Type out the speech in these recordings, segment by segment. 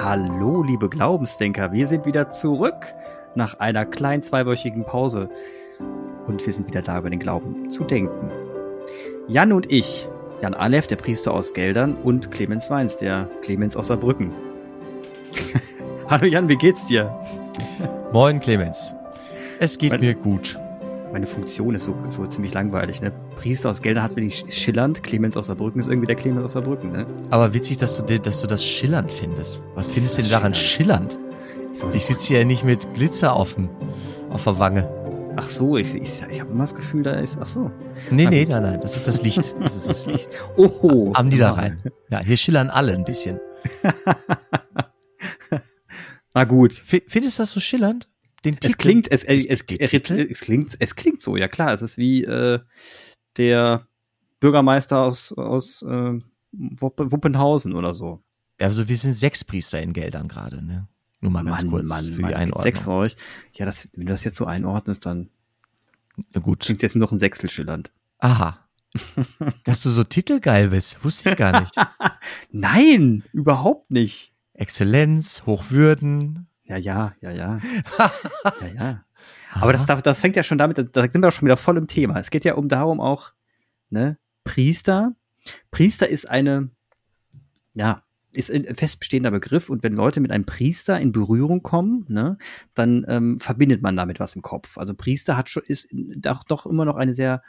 Hallo, liebe Glaubensdenker, wir sind wieder zurück nach einer kleinen zweiwöchigen Pause und wir sind wieder da, über den Glauben zu denken. Jan und ich, Jan Aleph, der Priester aus Geldern, und Clemens Weins, der Clemens aus Saarbrücken. Hallo Jan, wie geht's dir? Moin Clemens, es geht mir gut. Meine Funktion ist so ziemlich langweilig, ne? Priester aus Geldern hat wenig schillernd, Clemens aus Saarbrücken ist irgendwie der Clemens aus Saarbrücken, ne? Aber witzig, dass du das schillernd findest. Was findest du denn daran schillernd? Ich sitze hier ja nicht mit Glitzer auf der Wange. Ach so, ich habe immer das Gefühl, da ist, ach so. Nein, das ist das Licht. Das ist das Licht. Oh. Am Niederrhein. Ja, hier schillern alle ein bisschen. Na gut. Findest du das so schillernd? Es klingt so, ja klar. Es ist wie der Bürgermeister aus Wuppenhausen oder so. Also wir sind 6 Priester in Geldern gerade, ne? Nur mal ganz kurz für die Einordnung. 6 für euch. Ja, wenn du das jetzt so einordnest, dann gut. klingt jetzt nur noch ein Sechstel schillernd. Aha. Dass du so titelgeil bist, wusste ich gar nicht. Nein, überhaupt nicht. Exzellenz, Hochwürden. Ja. Aber das fängt ja schon damit, da sind wir auch schon wieder voll im Thema. Es geht ja darum auch, ne, Priester. Priester ist ist ein festbestehender Begriff, und wenn Leute mit einem Priester in Berührung kommen, ne, dann verbindet man damit was im Kopf. Also Priester ist doch immer noch eine sehr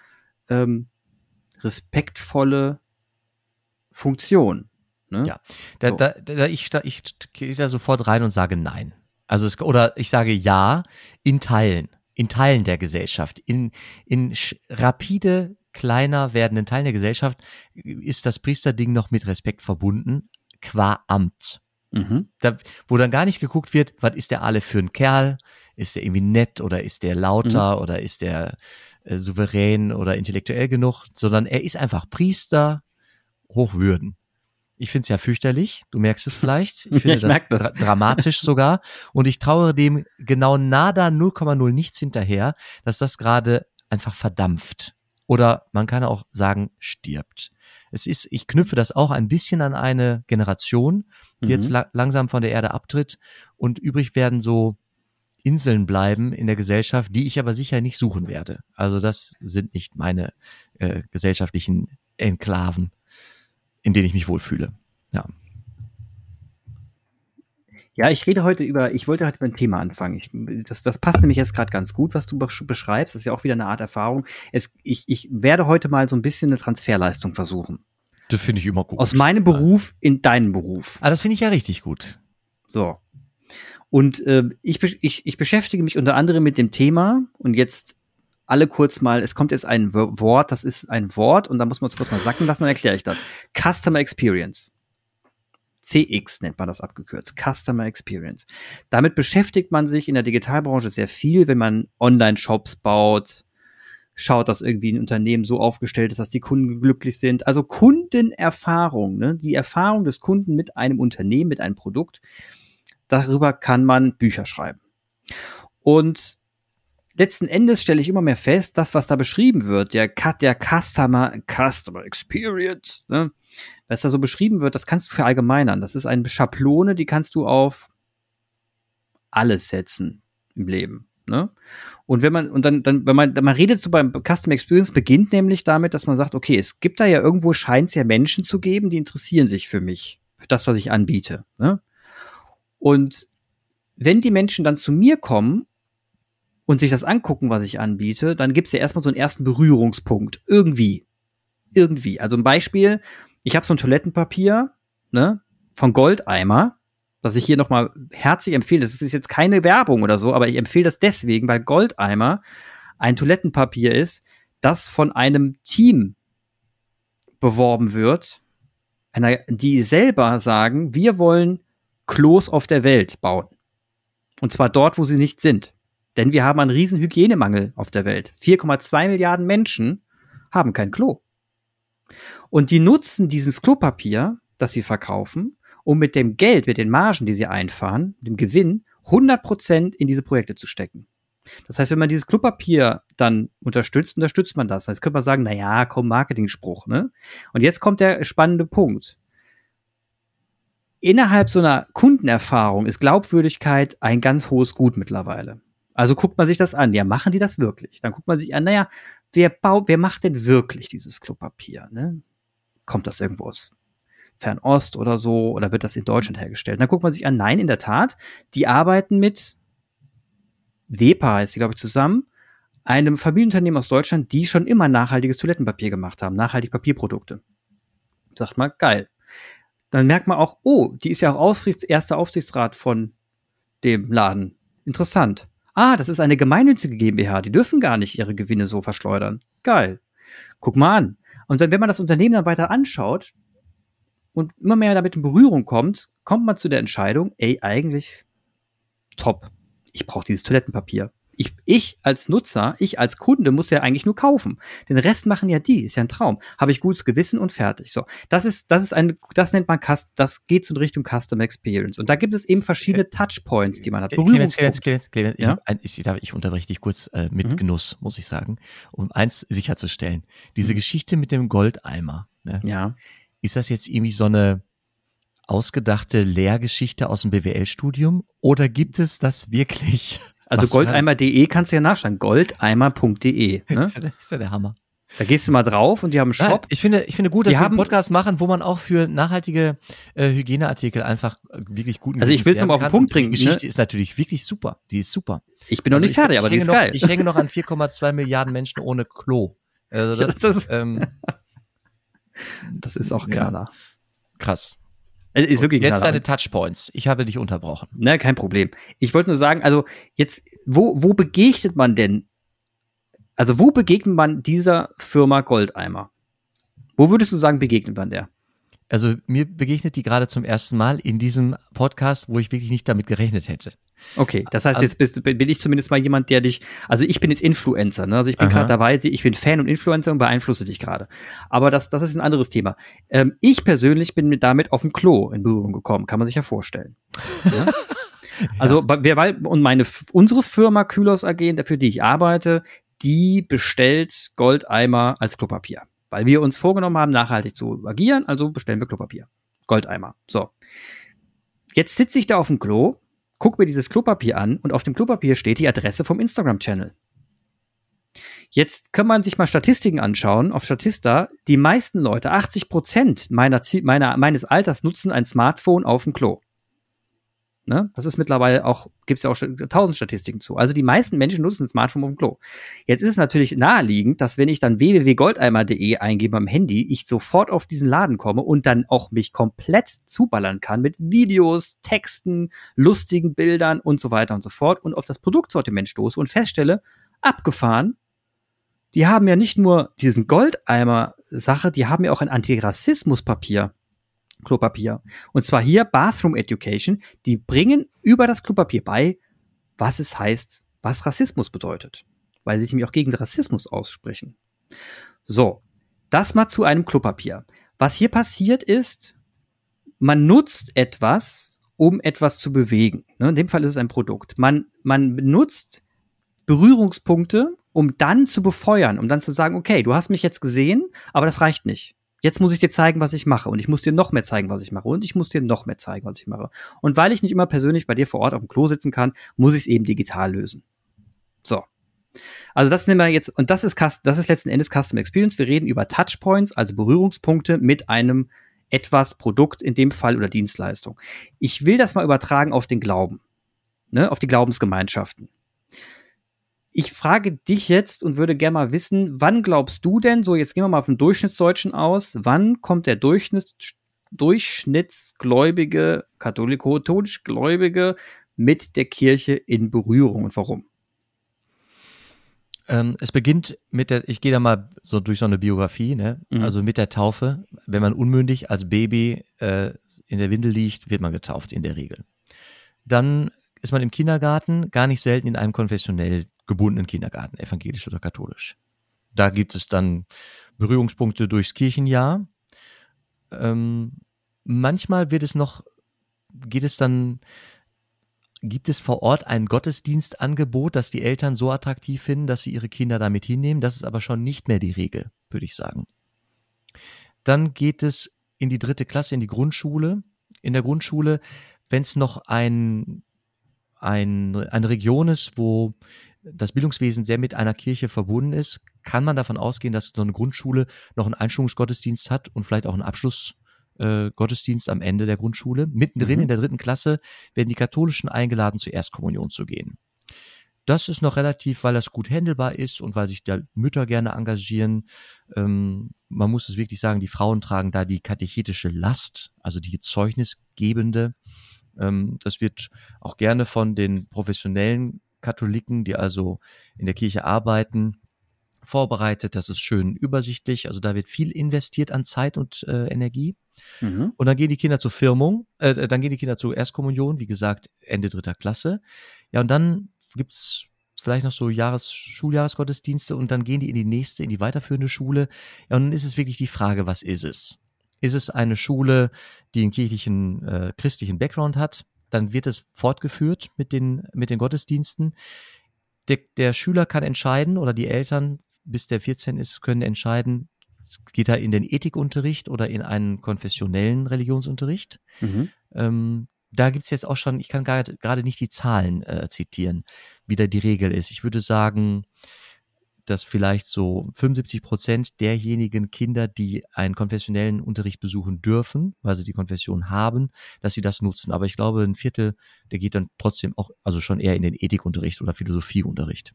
respektvolle Funktion. Ne? Ja, ich gehe da sofort rein und sage nein. Also oder ich sage ja in Teilen der Gesellschaft, in rapide kleiner werdenden Teilen der Gesellschaft ist das Priesterding noch mit Respekt verbunden, qua Amt. Mhm. Wo dann gar nicht geguckt wird, was ist der alle für ein Kerl? Ist der irgendwie nett oder ist der lauter oder ist der souverän oder intellektuell genug? Sondern er ist einfach Priester, Hochwürden. Ich finde es ja fürchterlich, du merkst es vielleicht. Ich finde das dramatisch sogar. Und ich trauere dem genau nada 0,0 nichts hinterher, dass das gerade einfach verdampft. Oder man kann auch sagen, stirbt. Ich knüpfe das auch ein bisschen an eine Generation, die jetzt langsam von der Erde abtritt, und übrig werden so Inseln bleiben in der Gesellschaft, die ich aber sicher nicht suchen werde. Also das sind nicht meine gesellschaftlichen Enklaven, in denen ich mich wohlfühle. Ja. Ja, ich wollte heute über ein Thema anfangen. Das passt nämlich jetzt gerade ganz gut, was du beschreibst. Das ist ja auch wieder eine Art Erfahrung. Ich werde heute mal so ein bisschen eine Transferleistung versuchen. Das finde ich immer gut. Aus meinem Beruf in deinen Beruf. Das finde ich ja richtig gut. So. Und ich beschäftige mich unter anderem mit dem Thema, und jetzt alle kurz mal, es kommt jetzt ein Wort, das ist ein Wort, und da muss man es kurz mal sacken lassen, dann erkläre ich das. Customer Experience. CX nennt man das abgekürzt. Customer Experience. Damit beschäftigt man sich in der Digitalbranche sehr viel, wenn man Online-Shops baut, schaut, dass irgendwie ein Unternehmen so aufgestellt ist, dass die Kunden glücklich sind. Also Kundenerfahrung, ne? Die Erfahrung des Kunden mit einem Unternehmen, mit einem Produkt. Darüber kann man Bücher schreiben. Und letzten Endes stelle ich immer mehr fest, das, was da beschrieben wird, der Customer Experience, ne, was da so beschrieben wird, das kannst du verallgemeinern. Das ist eine Schablone, die kannst du auf alles setzen im Leben, ne? Und wenn man redet so beim Customer Experience, beginnt nämlich damit, dass man sagt, okay, es gibt da ja irgendwo, scheint es ja Menschen zu geben, die interessieren sich für mich, für das, was ich anbiete, ne? Und wenn die Menschen dann zu mir kommen und sich das angucken, was ich anbiete, dann gibt's ja erstmal so einen ersten Berührungspunkt. Irgendwie. Also ein Beispiel, ich habe so ein Toilettenpapier, ne, von Goldeimer, das ich hier nochmal herzlich empfehle. Das ist jetzt keine Werbung oder so, aber ich empfehle das deswegen, weil Goldeimer ein Toilettenpapier ist, das von einem Team beworben wird, die selber sagen, wir wollen Klos auf der Welt bauen. Und zwar dort, wo sie nicht sind. Denn wir haben einen riesen Hygienemangel auf der Welt. 4,2 Milliarden Menschen haben kein Klo. Und die nutzen dieses Klopapier, das sie verkaufen, um mit dem Geld, mit den Margen, die sie einfahren, dem Gewinn, 100% in diese Projekte zu stecken. Das heißt, wenn man dieses Klopapier dann unterstützt man das. Jetzt könnte man sagen, naja, komm, Marketing-Spruch, ne? Und jetzt kommt der spannende Punkt. innerhalb so einer Kundenerfahrung ist Glaubwürdigkeit ein ganz hohes Gut mittlerweile. Also guckt man sich das an. Ja, machen die das wirklich? Dann guckt man sich an, naja, wer macht denn wirklich dieses Klopapier? Ne? Kommt das irgendwo aus Fernost oder so? Oder wird das in Deutschland hergestellt? Dann guckt man sich an, nein, in der Tat, die arbeiten mit Wepa, heißt die, glaube ich, zusammen, einem Familienunternehmen aus Deutschland, die schon immer nachhaltiges Toilettenpapier gemacht haben, nachhaltige Papierprodukte. Sagt mal, geil. Dann merkt man auch, oh, die ist ja auch erster Aufsichtsrat von dem Laden. Interessant. Ah, das ist eine gemeinnützige GmbH, die dürfen gar nicht ihre Gewinne so verschleudern. Geil. Guck mal an. Und dann, wenn man das Unternehmen dann weiter anschaut und immer mehr damit in Berührung kommt, kommt man zu der Entscheidung, ey, eigentlich top. Ich brauche dieses Toilettenpapier. Ich als Nutzer, ich als Kunde muss ja eigentlich nur kaufen. Den Rest machen ja die, ist ja ein Traum. Habe ich gutes Gewissen und fertig. So, das nennt man das geht so in Richtung Customer Experience. Und da gibt es eben verschiedene Touchpoints, die man hat. Clemens, ja? ich unterbreche dich kurz mit Genuss, muss ich sagen, um eins sicherzustellen. Diese Geschichte mit dem Goldeimer, ne? Ja. Ist das jetzt irgendwie so eine ausgedachte Lehrgeschichte aus dem BWL-Studium oder gibt es das wirklich? Also goldeimer.de kannst du ja nachschauen. Goldeimer.de. Ne? Das ist ja der Hammer. Da gehst du mal drauf und die haben einen Shop. Ich finde gut, dass wir einen Podcast machen, wo man auch für nachhaltige Hygieneartikel einfach wirklich guten Also ich will es nochmal auf den Punkt bringen. Die Geschichte ist natürlich wirklich super. Die ist super. Ich bin noch nicht fertig, aber die ist geil. Ich hänge noch an 4,2 Milliarden Menschen ohne Klo. Also das ist auch Gala. Krass. Ist wirklich jetzt deine Touchpoints. Ich habe dich unterbrochen. Na, kein Problem. Ich wollte nur sagen, also jetzt, wo begegnet man denn? Also wo begegnet man dieser Firma Goldeimer? Wo würdest du sagen, begegnet man der? Also mir begegnet die gerade zum ersten Mal in diesem Podcast, wo ich wirklich nicht damit gerechnet hätte. Okay, das heißt, jetzt bin ich zumindest mal jemand, der dich, also ich bin jetzt Influencer, ne? Also ich bin gerade dabei, ich bin Fan und Influencer und beeinflusse dich gerade. Aber das ist ein anderes Thema. Ich persönlich bin damit auf dem Klo in Berührung gekommen, kann man sich ja vorstellen. Ja? Also unsere Firma Kylos AG, für die ich arbeite, die bestellt Goldeimer als Klopapier. Weil wir uns vorgenommen haben, nachhaltig zu agieren, also bestellen wir Klopapier. Goldeimer. So. Jetzt sitze ich da auf dem Klo, guck mir dieses Klopapier an und auf dem Klopapier steht die Adresse vom Instagram-Channel. Jetzt kann man sich mal Statistiken anschauen auf Statista. Die meisten Leute, 80% meines Alters, nutzen ein Smartphone auf dem Klo. Ne? Das ist mittlerweile auch, gibt es ja auch 1000 Statistiken zu. Also die meisten Menschen nutzen ein Smartphone auf dem Klo. Jetzt ist es natürlich naheliegend, dass wenn ich dann www.goldeimer.de eingebe am Handy, ich sofort auf diesen Laden komme und dann auch mich komplett zuballern kann mit Videos, Texten, lustigen Bildern und so weiter und so fort und auf das Produktsortiment stoße und feststelle, abgefahren, die haben ja nicht nur diesen Goldeimer-Sache, die haben ja auch ein Antirassismus-Papier. Klopapier. Und zwar hier Bathroom Education. Die bringen über das Klopapier bei, was es heißt, was Rassismus bedeutet. Weil sie sich nämlich auch gegen Rassismus aussprechen. So, das mal zu einem Klopapier. Was hier passiert ist, man nutzt etwas, um etwas zu bewegen. In dem Fall ist es ein Produkt. Man benutzt Berührungspunkte, um dann zu befeuern, um dann zu sagen, okay, du hast mich jetzt gesehen, aber das reicht nicht. Jetzt muss ich dir zeigen, was ich mache. Und ich muss dir noch mehr zeigen, was ich mache. Und ich muss dir noch mehr zeigen, was ich mache. Und weil ich nicht immer persönlich bei dir vor Ort auf dem Klo sitzen kann, muss ich es eben digital lösen. So. Also das nehmen wir jetzt, und das ist letzten Endes Customer Experience. Wir reden über Touchpoints, also Berührungspunkte mit einem etwas Produkt in dem Fall oder Dienstleistung. Ich will das mal übertragen auf den Glauben, ne, auf die Glaubensgemeinschaften. Ich frage dich jetzt und würde gerne mal wissen, wann glaubst du denn, so jetzt gehen wir mal auf den Durchschnittsdeutschen aus, wann kommt der Durchschnittsgläubige, katholisch Gläubige mit der Kirche in Berührung und warum? Es beginnt ich gehe da mal so durch so eine Biografie, ne? Also mit der Taufe. Wenn man unmündig als Baby in der Windel liegt, wird man getauft in der Regel. Dann ist man im Kindergarten, gar nicht selten in einem konfessionell gebundenen Kindergarten, evangelisch oder katholisch. Da gibt es dann Berührungspunkte durchs Kirchenjahr. Manchmal gibt es vor Ort ein Gottesdienstangebot, das die Eltern so attraktiv finden, dass sie ihre Kinder damit hinnehmen. Das ist aber schon nicht mehr die Regel, würde ich sagen. Dann geht es in die 3. Klasse, in die Grundschule. in der Grundschule, wenn es noch eine Region ist, wo das Bildungswesen sehr mit einer Kirche verbunden ist, kann man davon ausgehen, dass so eine Grundschule noch einen Einschulungsgottesdienst hat und vielleicht auch einen Abschlussgottesdienst am Ende der Grundschule. Mittendrin in der 3. Klasse werden die Katholischen eingeladen, zur Erstkommunion zu gehen. Das ist noch relativ, weil das gut händelbar ist und weil sich da Mütter gerne engagieren. Man muss es wirklich sagen, die Frauen tragen da die katechetische Last, also die zeugnisgebende. Das wird auch gerne von den professionellen Katholiken, die also in der Kirche arbeiten, vorbereitet. Das ist schön übersichtlich. Also da wird viel investiert an Zeit und Energie. Und dann gehen die Kinder zur Firmung, dann gehen die Kinder zur Erstkommunion, wie gesagt, Ende 3. Klasse. Ja, und dann gibt's vielleicht noch so Schuljahresgottesdienste und dann gehen die in die weiterführende Schule. Ja, und dann ist es wirklich die Frage, was ist es? Ist es eine Schule, die einen kirchlichen, christlichen Background hat? Dann wird es fortgeführt mit den Gottesdiensten. Der Schüler kann entscheiden oder die Eltern, bis der 14 ist, können entscheiden, geht er in den Ethikunterricht oder in einen konfessionellen Religionsunterricht. Da gibt's jetzt auch schon, ich kann gerade nicht die Zahlen zitieren, wie da die Regel ist. Ich würde sagen, dass vielleicht so 75% derjenigen Kinder, die einen konfessionellen Unterricht besuchen dürfen, weil sie die Konfession haben, dass sie das nutzen. Aber ich glaube, ein Viertel, der geht dann trotzdem auch, also schon eher in den Ethikunterricht oder Philosophieunterricht.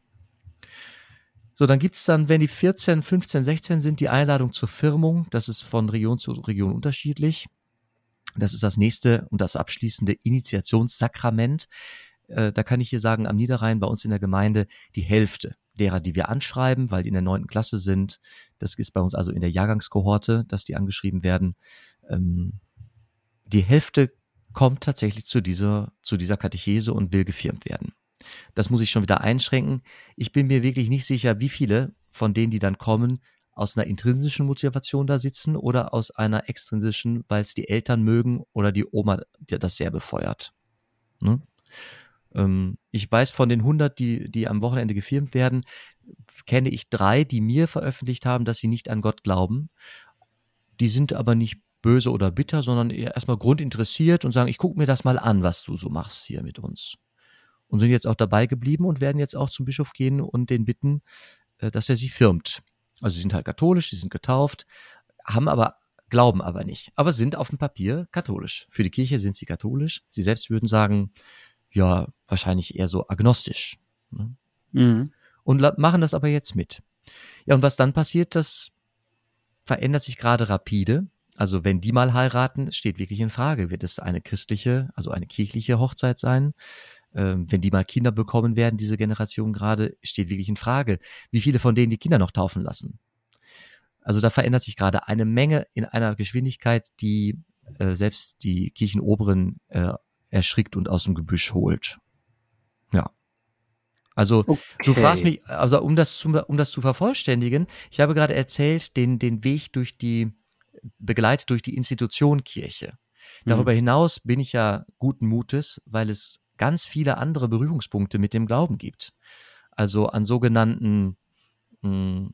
So, dann gibt's dann, wenn die 14, 15, 16 sind, die Einladung zur Firmung. Das ist von Region zu Region unterschiedlich. Das ist das nächste und das abschließende Initiationssakrament. Da kann ich hier sagen, am Niederrhein, bei uns in der Gemeinde, die Hälfte derer, die wir anschreiben, weil die in der 9. Klasse sind, das ist bei uns also in der Jahrgangskohorte, dass die angeschrieben werden, die Hälfte kommt tatsächlich zu dieser Katechese und will gefirmt werden. Das muss ich schon wieder einschränken. Ich bin mir wirklich nicht sicher, wie viele von denen, die dann kommen, aus einer intrinsischen Motivation da sitzen oder aus einer extrinsischen, weil es die Eltern mögen oder die Oma das sehr befeuert. Ne? Ich weiß, von den 100, die am Wochenende gefirmt werden, kenne ich 3, die mir veröffentlicht haben, dass sie nicht an Gott glauben. Die sind aber nicht böse oder bitter, sondern eher erstmal grundinteressiert und sagen, ich gucke mir das mal an, was du so machst hier mit uns. Und sind jetzt auch dabei geblieben und werden jetzt auch zum Bischof gehen und den bitten, dass er sie firmt. Also sie sind halt katholisch, sie sind getauft, glauben aber nicht, aber sind auf dem Papier katholisch. Für die Kirche sind sie katholisch. Sie selbst würden sagen, ja, wahrscheinlich eher so agnostisch. Ne? Und machen das aber jetzt mit. Ja, und was dann passiert, das verändert sich gerade rapide. Also wenn die mal heiraten, steht wirklich in Frage. Wird es eine christliche, also eine kirchliche Hochzeit sein? Wenn die mal Kinder bekommen werden, diese Generation gerade, steht wirklich in Frage, wie viele von denen die Kinder noch taufen lassen. Also da verändert sich gerade eine Menge in einer Geschwindigkeit, die selbst die Kirchenoberen erschrickt und aus dem Gebüsch holt. Ja. Also okay. Du fragst mich, also um das zu vervollständigen, ich habe gerade erzählt, den Weg begleitet durch die Institution Kirche. Darüber hinaus bin ich ja guten Mutes, weil es ganz viele andere Berührungspunkte mit dem Glauben gibt. Also an sogenannten, an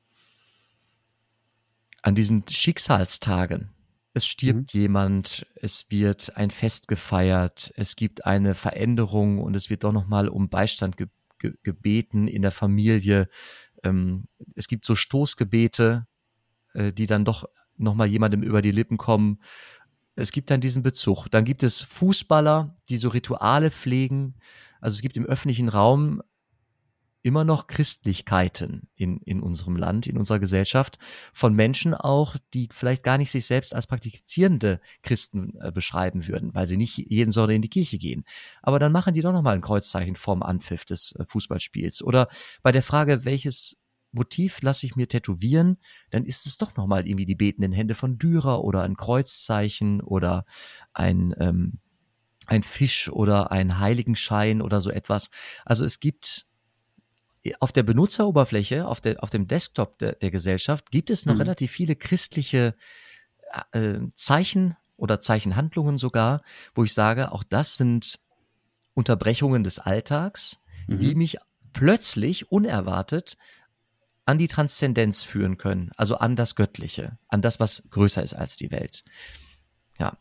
diesen Schicksalstagen. Es stirbt jemand, es wird ein Fest gefeiert, es gibt eine Veränderung und es wird doch nochmal um Beistand gebeten in der Familie. Es gibt so Stoßgebete, die dann doch nochmal jemandem über die Lippen kommen. Es gibt dann diesen Bezug. Dann gibt es Fußballer, die so Rituale pflegen. Also es gibt im öffentlichen Raum immer noch Christlichkeiten in unserem Land, in unserer Gesellschaft, von Menschen auch, die vielleicht gar nicht sich selbst als praktizierende Christen beschreiben würden, weil sie nicht jeden Sonntag in die Kirche gehen. Aber dann machen die doch nochmal ein Kreuzzeichen vorm Anpfiff des Fußballspiels. Oder bei der Frage, welches Motiv lasse ich mir tätowieren, dann ist es doch nochmal irgendwie die betenden Hände von Dürer oder ein Kreuzzeichen oder ein Fisch oder ein Heiligenschein oder so etwas. Also es gibt auf der Benutzeroberfläche, auf dem Desktop der Gesellschaft, gibt es noch relativ viele christliche Zeichen oder Zeichenhandlungen sogar, wo ich sage, auch das sind Unterbrechungen des Alltags, die mich plötzlich unerwartet an die Transzendenz führen können, also an das Göttliche, an das, was größer ist als die Welt. Ja.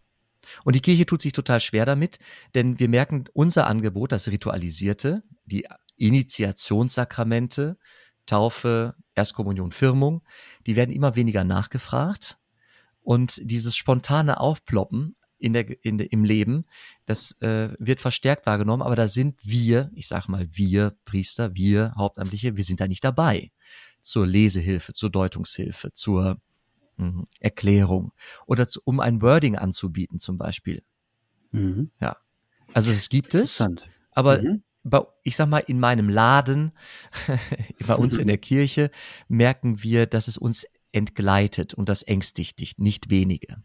Und die Kirche tut sich total schwer damit, denn wir merken, unser Angebot, das Ritualisierte, die Initiationssakramente, Taufe, Erstkommunion, Firmung, die werden immer weniger nachgefragt. Und dieses spontane Aufploppen im Leben, das wird verstärkt wahrgenommen, aber da sind wir, ich sag mal wir Priester, wir Hauptamtliche, wir sind da nicht dabei. Zur Lesehilfe, zur Deutungshilfe, zur Erklärung oder um ein Wording anzubieten zum Beispiel. Mhm. Ja, also es gibt es, Interessant. aber Mhm. ich sag mal, in meinem Laden, bei uns in der Kirche, merken wir, dass es uns entgleitet und das ängstigt dich, nicht wenige.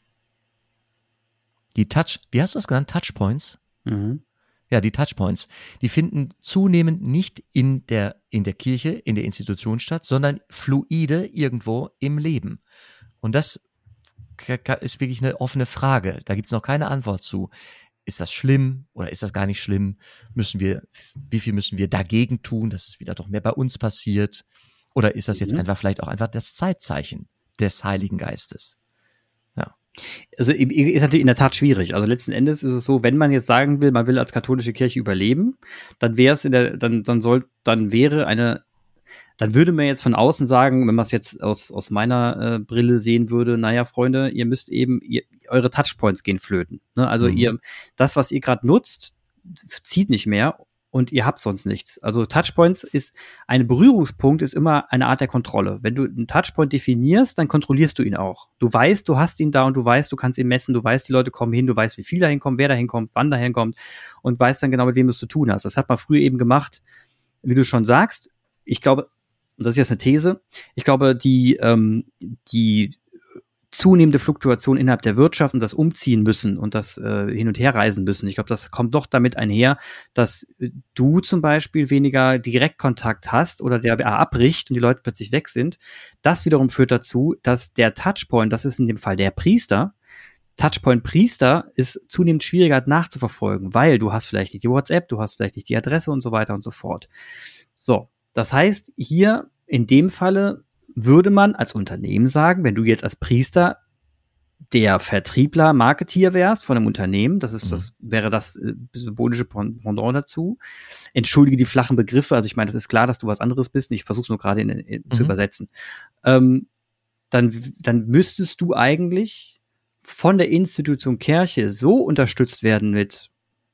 Die wie hast du das genannt? Touchpoints? Mhm. Ja, die Touchpoints, die finden zunehmend nicht in der Kirche, in der Institution statt, sondern fluide irgendwo im Leben. Und das ist wirklich eine offene Frage. Da gibt es noch keine Antwort zu. Ist das schlimm oder ist das gar nicht schlimm? Wie viel müssen wir dagegen tun, dass es wieder doch mehr bei uns passiert? Oder ist das jetzt vielleicht auch einfach das Zeitzeichen des Heiligen Geistes? Ja. Also ist natürlich in der Tat schwierig. Also letzten Endes ist es so, wenn man jetzt sagen will, man will als katholische Kirche überleben, dann wäre es dann würde man jetzt von außen sagen, wenn man es jetzt aus meiner Brille sehen würde, naja, Freunde, ihr müsst eben, eure Touchpoints gehen flöten. Ne? Also das, was ihr gerade nutzt, zieht nicht mehr und ihr habt sonst nichts. Also Touchpoints ein Berührungspunkt ist immer eine Art der Kontrolle. Wenn du einen Touchpoint definierst, dann kontrollierst du ihn auch. Du weißt, du hast ihn da und du weißt, du kannst ihn messen, du weißt, die Leute kommen hin, du weißt, wie viel da hinkommt, wer da hinkommt, wann da hinkommt und weißt dann genau, mit wem du es zu tun hast. Das hat man früher eben gemacht, wie du schon sagst. Ich glaube, und das ist jetzt eine These, ich glaube, die zunehmende Fluktuation innerhalb der Wirtschaft und das Umziehen müssen und das Hin- und Herreisen müssen. Ich glaube, das kommt doch damit einher, dass du zum Beispiel weniger Direktkontakt hast oder der abbricht und die Leute plötzlich weg sind. Das wiederum führt dazu, dass der Touchpoint, das ist in dem Fall der Priester, Touchpoint-Priester ist zunehmend schwieriger nachzuverfolgen, weil du hast vielleicht nicht die WhatsApp, du hast vielleicht nicht die Adresse und so weiter und so fort. So, das heißt, hier in dem Falle würde man als Unternehmen sagen, wenn du jetzt als Priester der Vertriebler, Marketeer wärst von einem Unternehmen, wäre das symbolische Pendant dazu. Entschuldige die flachen Begriffe, also ich meine, das ist klar, dass du was anderes bist, ich versuche es nur gerade zu übersetzen. Dann müsstest du eigentlich von der Institution Kirche so unterstützt werden mit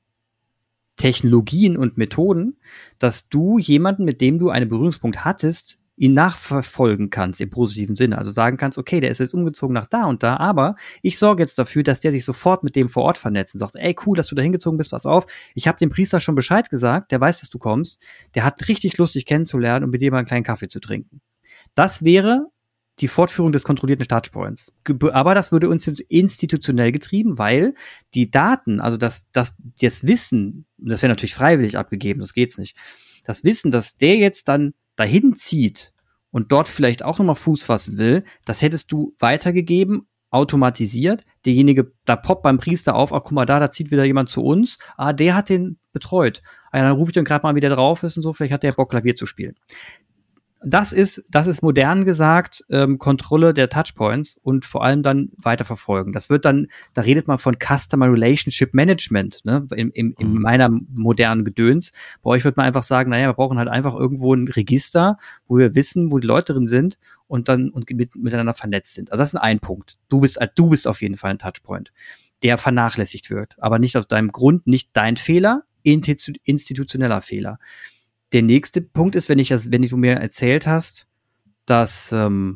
Technologien und Methoden, dass du jemanden, mit dem du einen Berührungspunkt hattest, ihn nachverfolgen kannst im positiven Sinne. Also sagen kannst, okay, der ist jetzt umgezogen nach da und da, aber ich sorge jetzt dafür, dass der sich sofort mit dem vor Ort vernetzt und sagt, ey, cool, dass du da hingezogen bist, pass auf, ich habe dem Priester schon Bescheid gesagt, der weiß, dass du kommst, der hat richtig Lust, dich kennenzulernen und mit dir mal einen kleinen Kaffee zu trinken. Das wäre die Fortführung des kontrollierten Touchpoints. Aber das würde uns institutionell getrieben, weil die Daten, also das Wissen, das wäre natürlich freiwillig abgegeben, das geht's nicht. Das Wissen, dass der jetzt dann dahin zieht und dort vielleicht auch nochmal Fuß fassen will, das hättest du weitergegeben, automatisiert. Derjenige, da poppt beim Priester auf, ach guck mal da zieht wieder jemand zu uns. Ah, der hat den betreut. Ah, ja, dann rufe ich den gerade mal, wie der drauf ist und so, vielleicht hat der Bock, Klavier zu spielen. Das ist modern gesagt Kontrolle der Touchpoints und vor allem dann weiterverfolgen. Das wird dann, da redet man von Customer Relationship Management, ne, in meiner modernen Gedöns. Bei euch wird man einfach sagen, naja, wir brauchen halt einfach irgendwo ein Register, wo wir wissen, wo die Leute drin sind und miteinander vernetzt sind. Also das ist ein Punkt. Du bist auf jeden Fall ein Touchpoint, der vernachlässigt wird, aber nicht aus deinem Grund, nicht dein Fehler, institutioneller Fehler. Der nächste Punkt ist, wenn du mir erzählt hast, dass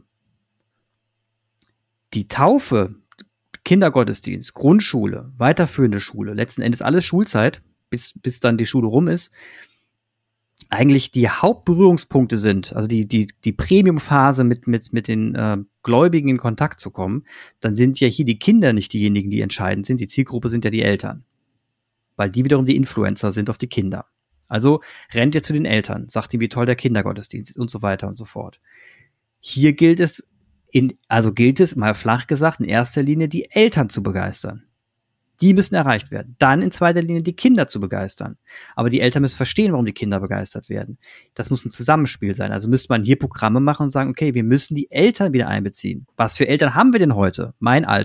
die Taufe, Kindergottesdienst, Grundschule, weiterführende Schule, letzten Endes alles Schulzeit, bis dann die Schule rum ist, eigentlich die Hauptberührungspunkte sind, also die Premiumphase mit den Gläubigen in Kontakt zu kommen, dann sind ja hier die Kinder nicht diejenigen, die entscheidend sind. Die Zielgruppe sind ja die Eltern, weil die wiederum die Influencer sind auf die Kinder. Also rennt ihr zu den Eltern, sagt ihm, wie toll der Kindergottesdienst ist und so weiter und so fort. Hier gilt es, mal flach gesagt, in erster Linie die Eltern zu begeistern. Die müssen erreicht werden. Dann in zweiter Linie die Kinder zu begeistern. Aber die Eltern müssen verstehen, warum die Kinder begeistert werden. Das muss ein Zusammenspiel sein. Also müsste man hier Programme machen und sagen, okay, wir müssen die Eltern wieder einbeziehen. Was für Eltern haben wir denn heute? Mein Alter.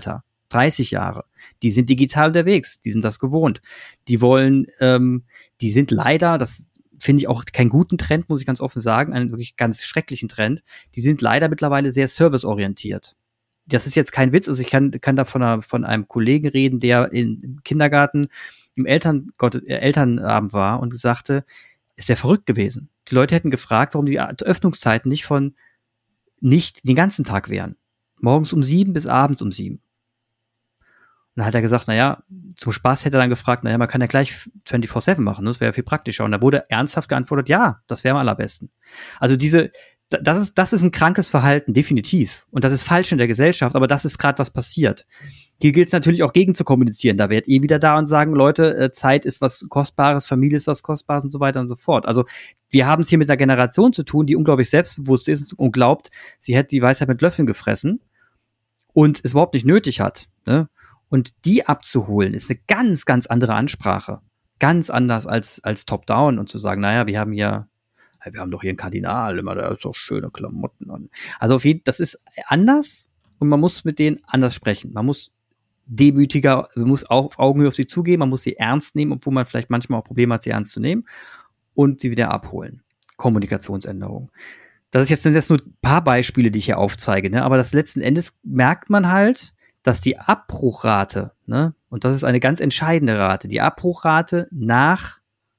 30 Jahre. Die sind digital unterwegs, die sind das gewohnt. Die wollen, die sind leider, das finde ich auch keinen guten Trend, muss ich ganz offen sagen, einen wirklich ganz schrecklichen Trend. Die sind leider mittlerweile sehr serviceorientiert. Das ist jetzt kein Witz, also ich kann da von einem Kollegen reden, der im Kindergarten im Elternabend war und sagte, es wäre verrückt gewesen. Die Leute hätten gefragt, warum die Öffnungszeiten nicht den ganzen Tag wären. Morgens um 7 bis abends um 7. Und dann hat er gesagt, naja, zum Spaß hätte er dann gefragt, naja, man kann ja gleich 24/7 machen, das wäre ja viel praktischer. Und da wurde ernsthaft geantwortet, ja, das wäre am allerbesten. Also das ist ein krankes Verhalten, definitiv. Und das ist falsch in der Gesellschaft, aber das ist gerade, was passiert. Hier gilt es natürlich auch gegen zu kommunizieren. Da werdet ihr wieder da und sagen, Leute, Zeit ist was Kostbares, Familie ist was Kostbares und so weiter und so fort. Also wir haben es hier mit einer Generation zu tun, die unglaublich selbstbewusst ist und glaubt, sie hätte die Weisheit mit Löffeln gefressen und es überhaupt nicht nötig hat. Ne? Und die abzuholen, ist eine ganz, ganz andere Ansprache. Ganz anders als Top-Down und zu sagen, naja, wir haben doch hier einen Kardinal, immer da ist doch schöne Klamotten an. Also das ist anders und man muss mit denen anders sprechen. Man muss demütiger, man muss auf Augenhöhe auf sie zugehen, man muss sie ernst nehmen, obwohl man vielleicht manchmal auch Probleme hat, sie ernst zu nehmen und sie wieder abholen. Kommunikationsänderung. Das ist jetzt nur ein paar Beispiele, die ich hier aufzeige, ne? Aber das letzten Endes merkt man halt, dass die Abbruchrate, ne, und das ist eine ganz entscheidende Rate, die Abbruchrate nach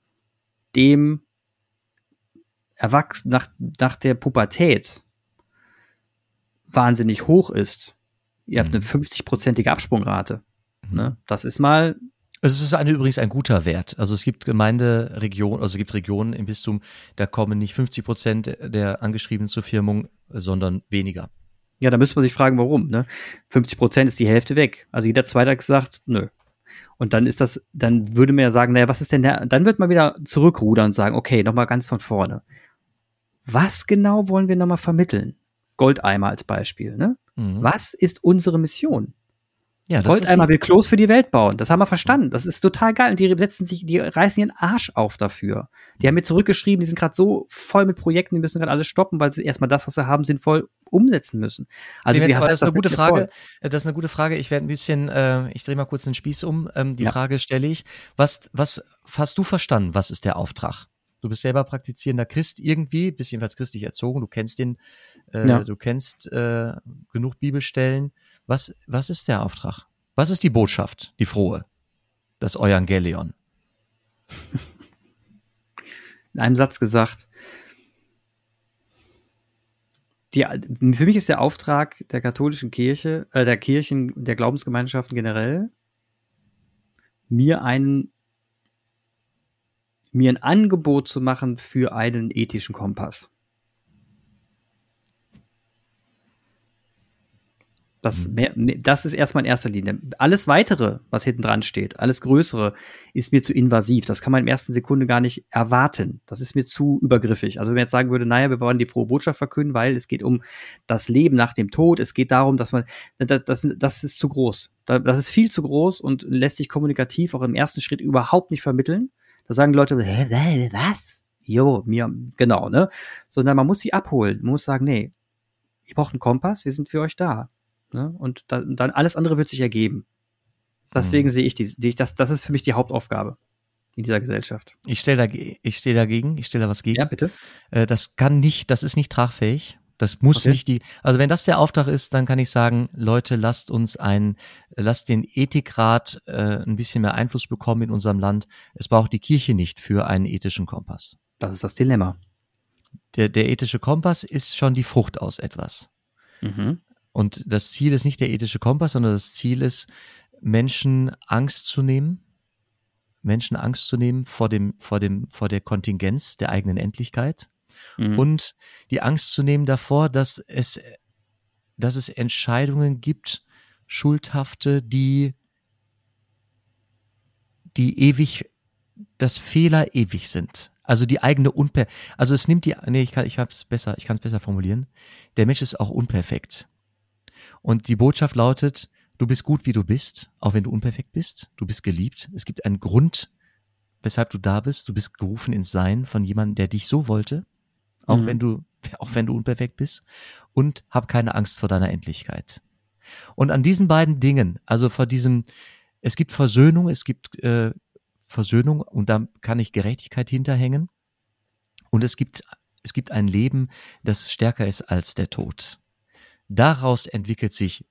der Pubertät wahnsinnig hoch ist. Ihr habt eine 50-prozentige Absprungrate. Ne? Das ist mal. Es ist übrigens ein guter Wert. Also es gibt es gibt Regionen im Bistum, da kommen nicht 50% der Angeschriebenen zur Firmung, sondern weniger. Ja, da müsste man sich fragen, warum. Ne? 50% ist die Hälfte weg. Also jeder Zweite hat gesagt, nö. Und dann würde man ja sagen, naja, was ist denn dann wird man wieder zurückrudern und sagen, okay, nochmal ganz von vorne. Was genau wollen wir nochmal vermitteln? Goldeimer als Beispiel, ne? Mhm. Was ist unsere Mission? Ja, Goldeimer will Klos für die Welt bauen. Das haben wir verstanden. Das ist total geil. Und die reißen ihren Arsch auf dafür. Die haben mir zurückgeschrieben, die sind gerade so voll mit Projekten, die müssen gerade alles stoppen, weil sie erstmal das, was sie haben, sinnvoll umsetzen müssen. Also das ist eine gute Frage. Das ist eine gute Frage. Ich werde ein bisschen, ich drehe mal kurz den Spieß um. Die Frage stelle ich. Was hast du verstanden? Was ist der Auftrag? Du bist selber praktizierender Christ irgendwie, bist jedenfalls christlich erzogen. Du kennst du kennst genug Bibelstellen. Was ist der Auftrag? Was ist die Botschaft, die frohe? Das Evangelion. In einem Satz gesagt, für mich ist der Auftrag der katholischen Kirche, der Kirchen, der Glaubensgemeinschaften generell, mir ein Angebot zu machen für einen ethischen Kompass. Das ist erstmal in erster Linie. Alles Weitere, was hinten dran steht, alles Größere, ist mir zu invasiv. Das kann man in der ersten Sekunde gar nicht erwarten. Das ist mir zu übergriffig. Also wenn man jetzt sagen würde, naja, wir wollen die frohe Botschaft verkünden, weil es geht um das Leben nach dem Tod. Es geht darum, dass man, das ist zu groß. Das ist viel zu groß und lässt sich kommunikativ auch im ersten Schritt überhaupt nicht vermitteln. Da sagen die Leute, was? Genau, ne? Sondern man muss sie abholen. Man muss sagen, nee, ihr braucht einen Kompass, wir sind für euch da. Ne? Und dann alles andere wird sich ergeben. Deswegen sehe ich das ist für mich die Hauptaufgabe in dieser Gesellschaft. Ich stelle da was gegen. Ja, bitte. Das ist nicht tragfähig. Das muss nicht also wenn das der Auftrag ist, dann kann ich sagen, Leute, lasst den Ethikrat ein bisschen mehr Einfluss bekommen in unserem Land. Es braucht die Kirche nicht für einen ethischen Kompass. Das ist das Dilemma. Der ethische Kompass ist schon die Frucht aus etwas. Mhm. Und das Ziel ist nicht der ethische Kompass, sondern das Ziel ist, Menschen Angst zu nehmen vor der Kontingenz der eigenen Endlichkeit und die Angst zu nehmen davor, dass es Entscheidungen gibt, schuldhafte, die ewig, dass Fehler ewig sind. Also die eigene also es nimmt ich kann es besser formulieren. Der Mensch ist auch unperfekt. Und die Botschaft lautet, du bist gut, wie du bist, auch wenn du unperfekt bist. Du bist geliebt. Es gibt einen Grund, weshalb du da bist. Du bist gerufen ins Sein von jemandem, der dich so wollte, auch wenn du unperfekt bist. Und hab keine Angst vor deiner Endlichkeit. Und an diesen beiden Dingen, also vor diesem, es gibt Versöhnung, Versöhnung und da kann ich Gerechtigkeit hinterhängen. Und es gibt ein Leben, das stärker ist als der Tod. Daraus entwickelt sich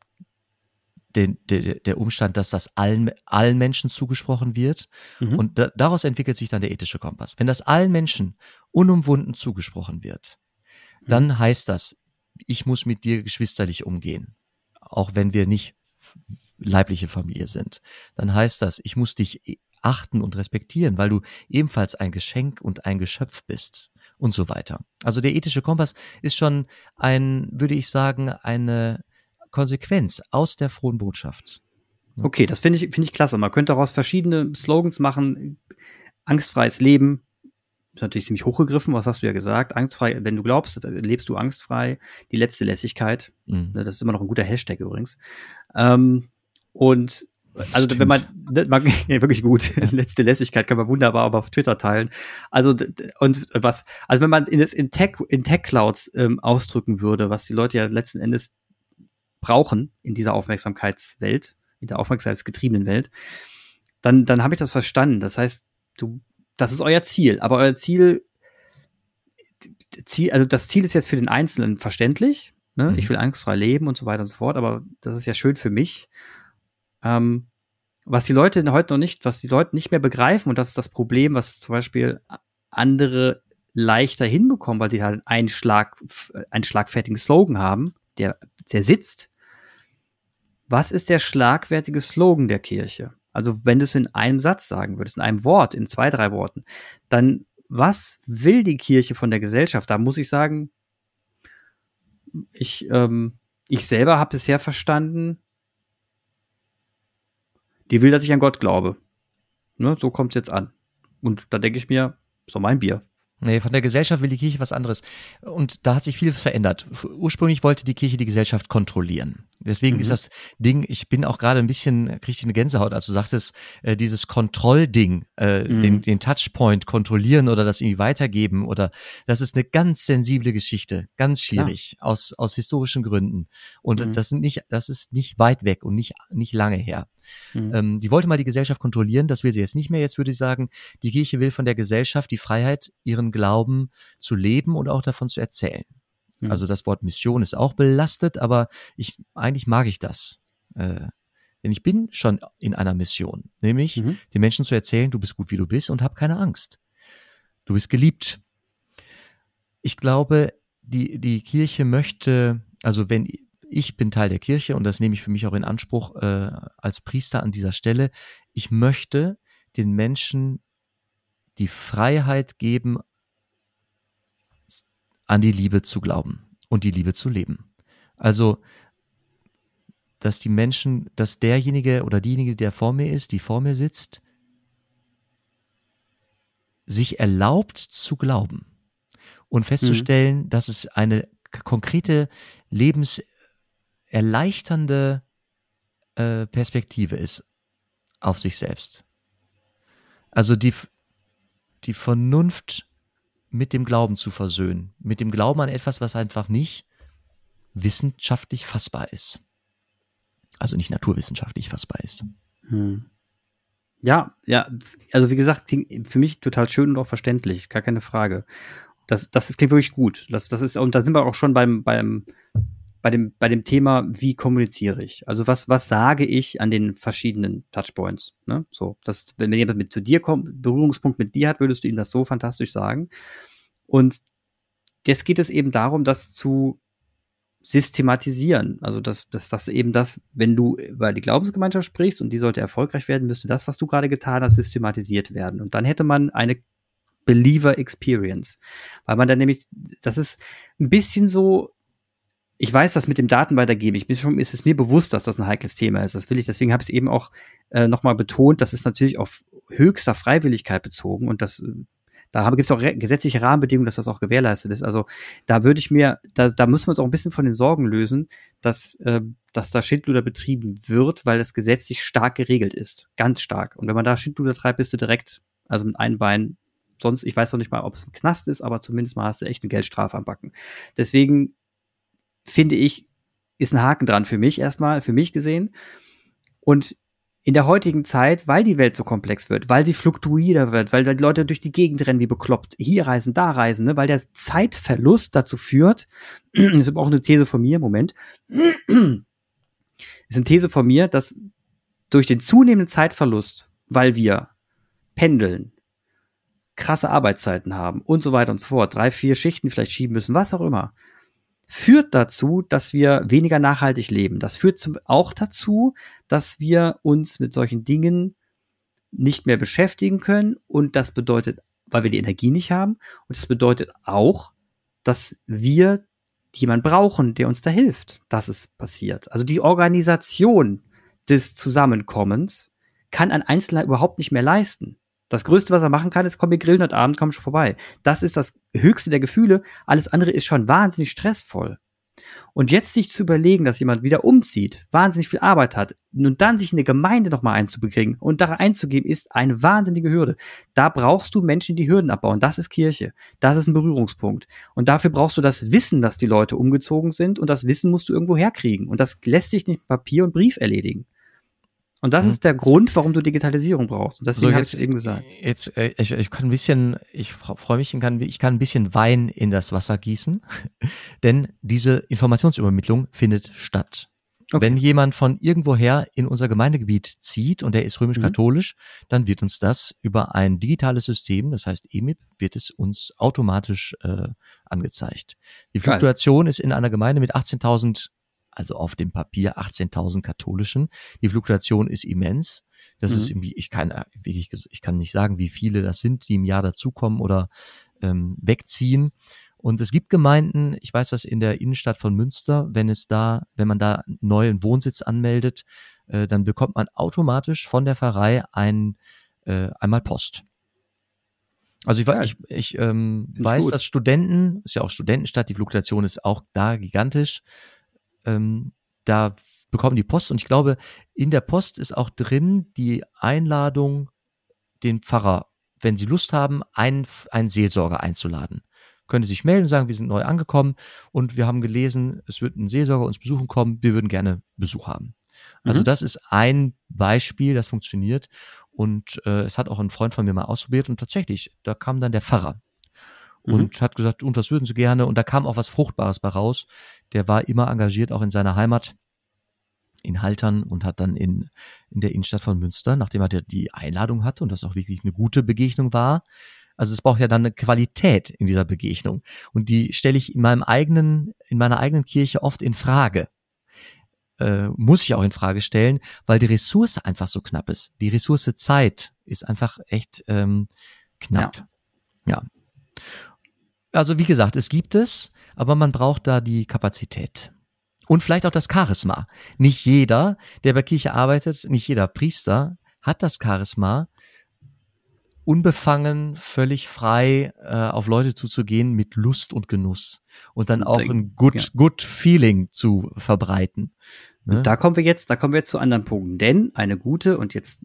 der Umstand, dass das allen Menschen zugesprochen wird. Und daraus entwickelt sich dann der ethische Kompass. Wenn das allen Menschen unumwunden zugesprochen wird, dann heißt das, ich muss mit dir geschwisterlich umgehen, auch wenn wir nicht leibliche Familie sind. Dann heißt das, ich muss dich achten und respektieren, weil du ebenfalls ein Geschenk und ein Geschöpf bist und so weiter. Also der ethische Kompass ist schon würde ich sagen, eine Konsequenz aus der frohen Botschaft. Okay, das finde ich klasse. Man könnte daraus verschiedene Slogans machen. Angstfreies Leben ist natürlich ziemlich hochgegriffen, was hast du ja gesagt. Angstfrei, wenn du glaubst, lebst du angstfrei. Die letzte Lässigkeit. Das ist immer noch ein guter Hashtag übrigens. Und also Stimmt. wenn man ja, wirklich gut, letzte Lässigkeit kann man wunderbar aber auf Twitter teilen. Also also wenn man in Tech-Clouds ausdrücken würde, was die Leute ja letzten Endes brauchen in dieser Aufmerksamkeitswelt, in der aufmerksamkeitsgetriebenen Welt, dann habe ich das verstanden. Das heißt, das ist euer Ziel, aber euer Ziel, also das Ziel ist jetzt für den Einzelnen verständlich, ne? Ich will angstfrei leben und so weiter und so fort, aber das ist ja schön für mich. Was die Leute heute noch nicht, was die Leute nicht mehr begreifen, und das ist das Problem, was zum Beispiel andere leichter hinbekommen, weil sie halt einen schlagfertigen Slogan haben, der sitzt. Was ist der schlagfertige Slogan der Kirche? Also wenn du es in einem Satz sagen würdest, in einem Wort, in 2, 3 Worten, dann was will die Kirche von der Gesellschaft? Da muss ich sagen, ich selber habe bisher verstanden, die will, dass ich an Gott glaube. Ne, so kommt es jetzt an. Und da denke ich mir, ist doch mein Bier. Nee, von der Gesellschaft will die Kirche was anderes. Und da hat sich vieles verändert. Ursprünglich wollte die Kirche die Gesellschaft kontrollieren. Deswegen ist das Ding, ich bin auch gerade ein bisschen, kriege ich eine Gänsehaut, als du sagtest, dieses Kontrollding, den Touchpoint kontrollieren oder das irgendwie weitergeben oder, das ist eine ganz sensible Geschichte, ganz schwierig, aus historischen Gründen. Und das ist nicht weit weg und nicht lange her. Die wollte mal die Gesellschaft kontrollieren, das will sie jetzt nicht mehr. Jetzt würde ich sagen, die Kirche will von der Gesellschaft die Freiheit, ihren Glauben zu leben und auch davon zu erzählen. Also das Wort Mission ist auch belastet, aber eigentlich mag ich das. Denn ich bin schon in einer Mission, nämlich den Menschen zu erzählen, du bist gut, wie du bist und hab keine Angst. Du bist geliebt. Ich glaube, die Kirche möchte, also wenn ich bin Teil der Kirche und das nehme ich für mich auch in Anspruch als Priester an dieser Stelle, ich möchte den Menschen die Freiheit geben, an die Liebe zu glauben und die Liebe zu leben. Also, dass die Menschen, dass derjenige oder diejenige, der vor mir ist, die vor mir sitzt, sich erlaubt zu glauben und festzustellen, dass es eine konkrete, lebenserleichternde Perspektive ist auf sich selbst. Also die Vernunft mit dem Glauben zu versöhnen, mit dem Glauben an etwas, was einfach nicht wissenschaftlich fassbar ist. Also nicht naturwissenschaftlich fassbar ist. Ja, also wie gesagt, klingt für mich total schön und auch verständlich, gar keine Frage. Das klingt wirklich gut. Das ist, und da sind wir auch schon bei dem Thema, wie kommuniziere ich? Also was sage ich an den verschiedenen Touchpoints? Ne? So, wenn jemand zu dir kommt, Berührungspunkt mit dir hat, würdest du ihm das so fantastisch sagen. Und jetzt geht es eben darum, das zu systematisieren. Also dass eben das, wenn du über die Glaubensgemeinschaft sprichst und die sollte erfolgreich werden, müsste das, was du gerade getan hast, systematisiert werden. Und dann hätte man eine Believer Experience. Weil man dann nämlich, das ist ein bisschen so, ich weiß, das mit dem Daten weitergeben. Ist es mir bewusst, dass das ein heikles Thema ist. Deswegen habe ich es eben auch nochmal betont, das ist natürlich auf höchster Freiwilligkeit bezogen und da gibt es auch gesetzliche Rahmenbedingungen, dass das auch gewährleistet ist. Also da würde ich da müssen wir uns auch ein bisschen von den Sorgen lösen, dass da Schindluder betrieben wird, weil das gesetzlich stark geregelt ist. Ganz stark. Und wenn man da Schindluder treibt, bist du direkt, also mit einem Bein, sonst, ich weiß noch nicht mal, ob es ein Knast ist, aber zumindest mal hast du echt eine Geldstrafe am Backen. Deswegen finde ich, ist ein Haken dran für mich erstmal, für mich gesehen. Und in der heutigen Zeit, weil die Welt so komplex wird, weil sie fluktuierter wird, weil die Leute durch die Gegend rennen wie bekloppt, hier reisen, da reisen, ne, weil der Zeitverlust dazu führt, das ist aber auch eine These von mir, Moment, ist eine These von mir, dass durch den zunehmenden Zeitverlust, weil wir pendeln, krasse Arbeitszeiten haben und so weiter und so fort, 3, 4 Schichten vielleicht schieben müssen, was auch immer, führt dazu, dass wir weniger nachhaltig leben. Das führt auch dazu, dass wir uns mit solchen Dingen nicht mehr beschäftigen können. Und das bedeutet, weil wir die Energie nicht haben. Und das bedeutet auch, dass wir jemanden brauchen, der uns da hilft, dass es passiert. Also die Organisation des Zusammenkommens kann ein Einzelner überhaupt nicht mehr leisten. Das Größte, was er machen kann, ist, komm, wir grillen heute Abend, komm schon vorbei. Das ist das höchste der Gefühle. Alles andere ist schon wahnsinnig stressvoll. Und jetzt sich zu überlegen, dass jemand wieder umzieht, wahnsinnig viel Arbeit hat und dann sich in eine Gemeinde nochmal einzubringen und da einzugeben, ist eine wahnsinnige Hürde. Da brauchst du Menschen, die Hürden abbauen. Das ist Kirche. Das ist ein Berührungspunkt. Und dafür brauchst du das Wissen, dass die Leute umgezogen sind, und das Wissen musst du irgendwo herkriegen. Und das lässt sich nicht mit Papier und Brief erledigen. Und das ist der Grund, warum du Digitalisierung brauchst. Und deswegen habe ich es eben gesagt. Ich kann ein bisschen, ich freue mich, ich kann ein bisschen Wein in das Wasser gießen, denn diese Informationsübermittlung findet statt. Okay. Wenn jemand von irgendwoher in unser Gemeindegebiet zieht und der ist römisch-katholisch, dann wird uns das über ein digitales System, das heißt EMIP, wird es uns automatisch angezeigt. Die Fluktuation ist in einer Gemeinde mit 18.000, also auf dem Papier 18.000 Katholischen. Die Fluktuation ist immens. Das ist irgendwie, ich kann nicht sagen, wie viele das sind, die im Jahr dazukommen oder wegziehen. Und es gibt Gemeinden, ich weiß das in der Innenstadt von Münster, wenn man da einen neuen Wohnsitz anmeldet, dann bekommt man automatisch von der Pfarrei einmal Post. Also ich weiß, dass Studenten, ist ja auch Studentenstadt, die Fluktuation ist auch da gigantisch. Da bekommen die Post, und ich glaube, in der Post ist auch drin die Einladung, den Pfarrer, wenn sie Lust haben, einen Seelsorger einzuladen. Können Sie sich melden und sagen, wir sind neu angekommen und wir haben gelesen, es wird ein Seelsorger uns besuchen kommen, wir würden gerne Besuch haben. Also das ist ein Beispiel, das funktioniert, und es hat auch ein Freund von mir mal ausprobiert, und tatsächlich, da kam dann der Pfarrer und hat gesagt, und das würden sie gerne, und da kam auch was Fruchtbares bei raus. Der war immer engagiert, auch in seiner Heimat in Haltern, und hat dann in der Innenstadt von Münster, nachdem er die Einladung hatte und das auch wirklich eine gute Begegnung war, also es braucht ja dann eine Qualität in dieser Begegnung, und die stelle ich in meiner eigenen Kirche oft in Frage. Muss ich auch in Frage stellen, weil die Ressource einfach so knapp ist. Die Ressource Zeit ist einfach echt knapp. Ja. Also wie gesagt, es gibt es, aber man braucht da die Kapazität. Und vielleicht auch das Charisma. Nicht jeder, der bei Kirche arbeitet, nicht jeder Priester hat das Charisma, unbefangen, völlig frei auf Leute zuzugehen mit Lust und Genuss und dann auch ein good Feeling zu verbreiten. Ne? Und da kommen wir jetzt zu anderen Punkten. Denn eine gute, und jetzt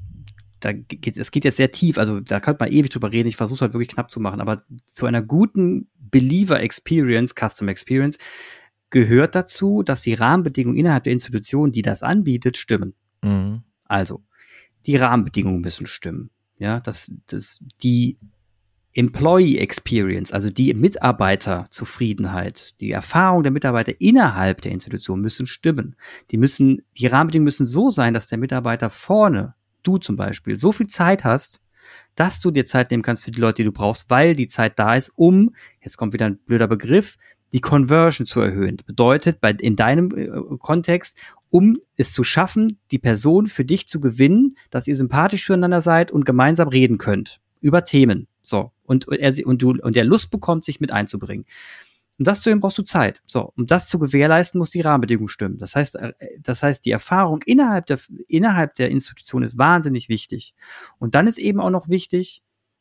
es geht jetzt sehr tief, also da könnte man ewig drüber reden, ich versuche es halt wirklich knapp zu machen, aber zu einer guten Believer Experience, Customer Experience, gehört dazu, dass die Rahmenbedingungen innerhalb der Institution, die das anbietet, stimmen. Also, die Rahmenbedingungen müssen stimmen. Ja, die Employee Experience, also die Mitarbeiterzufriedenheit, die Erfahrung der Mitarbeiter innerhalb der Institution müssen stimmen. Die Rahmenbedingungen müssen so sein, dass der Mitarbeiter vorne, du zum Beispiel, so viel Zeit hast, dass du dir Zeit nehmen kannst für die Leute, die du brauchst, weil die Zeit da ist, jetzt kommt wieder ein blöder Begriff, die Conversion zu erhöhen. Das bedeutet, in deinem Kontext, um es zu schaffen, die Person für dich zu gewinnen, dass ihr sympathisch füreinander seid und gemeinsam reden könnt über Themen. So. Und der Lust bekommt, sich mit einzubringen. Und das zu ihm brauchst du Zeit. So. Um das zu gewährleisten, muss die Rahmenbedingung stimmen. Das heißt, die Erfahrung innerhalb der Institution ist wahnsinnig wichtig. Und dann ist eben auch noch wichtig,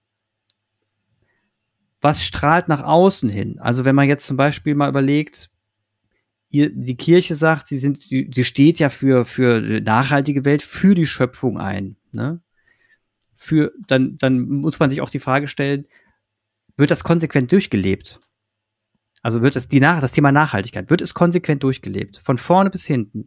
was strahlt nach außen hin? Also wenn man jetzt zum Beispiel mal überlegt, die Kirche sagt, sie steht ja für eine nachhaltige Welt, für die Schöpfung ein. Ne? Dann muss man sich auch die Frage stellen, wird das konsequent durchgelebt? Also wird das Thema Nachhaltigkeit, wird es konsequent durchgelebt, von vorne bis hinten?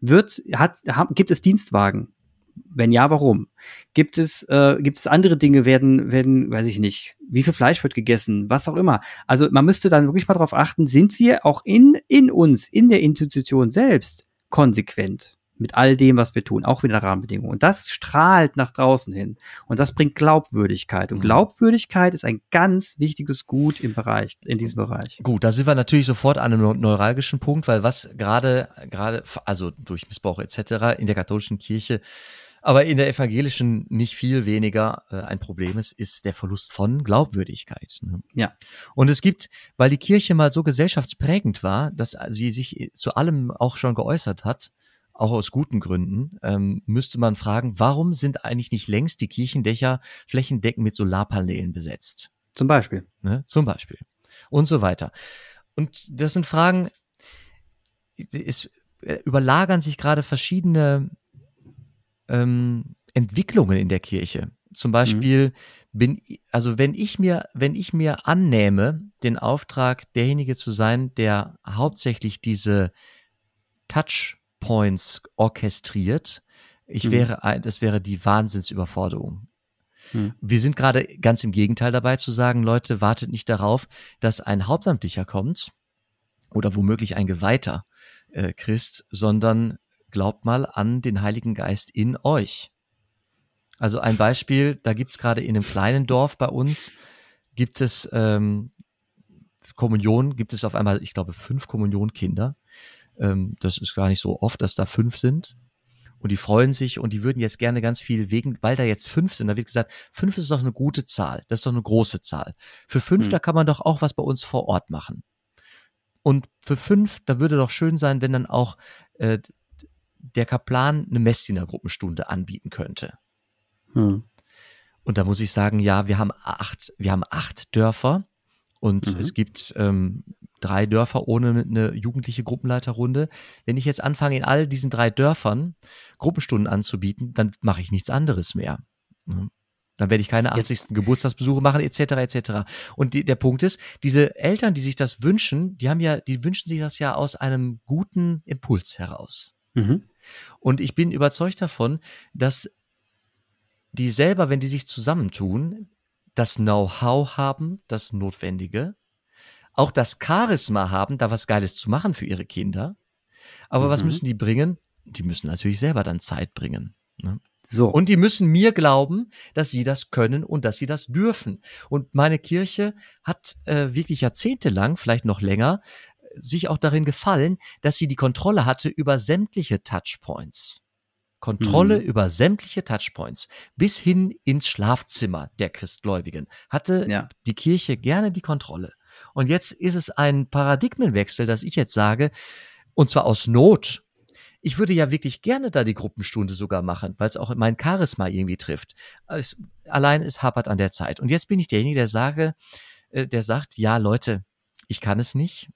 Gibt es Dienstwagen? Wenn ja, warum? Gibt es andere Dinge, weiß ich nicht, wie viel Fleisch wird gegessen, was auch immer. Also man müsste dann wirklich mal darauf achten, sind wir auch in uns, in der Institution selbst konsequent mit all dem, was wir tun, auch wieder Rahmenbedingungen. Und das strahlt nach draußen hin. Und das bringt Glaubwürdigkeit. Und Glaubwürdigkeit ist ein ganz wichtiges Gut in diesem Bereich. Gut, da sind wir natürlich sofort an einem neuralgischen Punkt, weil was gerade, also durch Missbrauch etc. in der katholischen Kirche, aber in der evangelischen nicht viel weniger ein Problem ist der Verlust von Glaubwürdigkeit. Ne? Ja. Und es gibt, weil die Kirche mal so gesellschaftsprägend war, dass sie sich zu allem auch schon geäußert hat, auch aus guten Gründen, müsste man fragen, warum sind eigentlich nicht längst die Kirchendächer flächendeckend mit Solarpaneelen besetzt? Zum Beispiel. Ne? Zum Beispiel. Und so weiter. Und das sind Fragen, es überlagern sich gerade verschiedene Entwicklungen in der Kirche. Zum Beispiel wenn ich mir annähme, den Auftrag, derjenige zu sein, der hauptsächlich diese Touchpoints orchestriert, das wäre die Wahnsinnsüberforderung. Wir sind gerade ganz im Gegenteil dabei zu sagen, Leute, wartet nicht darauf, dass ein Hauptamtlicher kommt oder womöglich ein Geweihter Christ, sondern glaubt mal an den Heiligen Geist in euch. Also ein Beispiel, da gibt's gerade in einem kleinen Dorf bei uns, gibt es Kommunion, gibt es auf einmal, ich glaube, 5 Kommunionkinder. Das ist gar nicht so oft, dass da 5 sind. Und die freuen sich und die würden jetzt gerne ganz viel weil da jetzt 5 sind. Da wird gesagt, 5 ist doch eine gute Zahl. Das ist doch eine große Zahl. Für 5, da kann man doch auch was bei uns vor Ort machen. Und für 5, da würde doch schön sein, wenn dann auch der Kaplan eine Messdienergruppenstunde anbieten könnte. Und da muss ich sagen, ja, wir haben 8 Dörfer und es gibt 3 Dörfer ohne eine jugendliche Gruppenleiterrunde. Wenn ich jetzt anfange, in all diesen 3 Dörfern Gruppenstunden anzubieten, dann mache ich nichts anderes mehr. Dann werde ich keine 80. Geburtstagsbesuche machen, etc., etc. Und der Punkt ist, diese Eltern, die sich das wünschen, die wünschen sich das ja aus einem guten Impuls heraus. Und ich bin überzeugt davon, dass die selber, wenn die sich zusammentun, das Know-how haben, das Notwendige, auch das Charisma haben, da was Geiles zu machen für ihre Kinder. Aber was müssen die bringen? Die müssen natürlich selber dann Zeit bringen. Ne? So. Und die müssen mir glauben, dass sie das können und dass sie das dürfen. Und meine Kirche hat wirklich jahrzehntelang, vielleicht noch länger, sich auch darin gefallen, dass sie die Kontrolle hatte über sämtliche Touchpoints. Kontrolle über sämtliche Touchpoints bis hin ins Schlafzimmer der Christgläubigen hatte die Kirche gerne die Kontrolle. Und jetzt ist es ein Paradigmenwechsel, dass ich jetzt sage, und zwar aus Not. Ich würde ja wirklich gerne da die Gruppenstunde sogar machen, weil es auch mein Charisma irgendwie trifft. Allein es hapert an der Zeit. Und jetzt bin ich derjenige, der sagt, ja Leute, ich kann es nicht.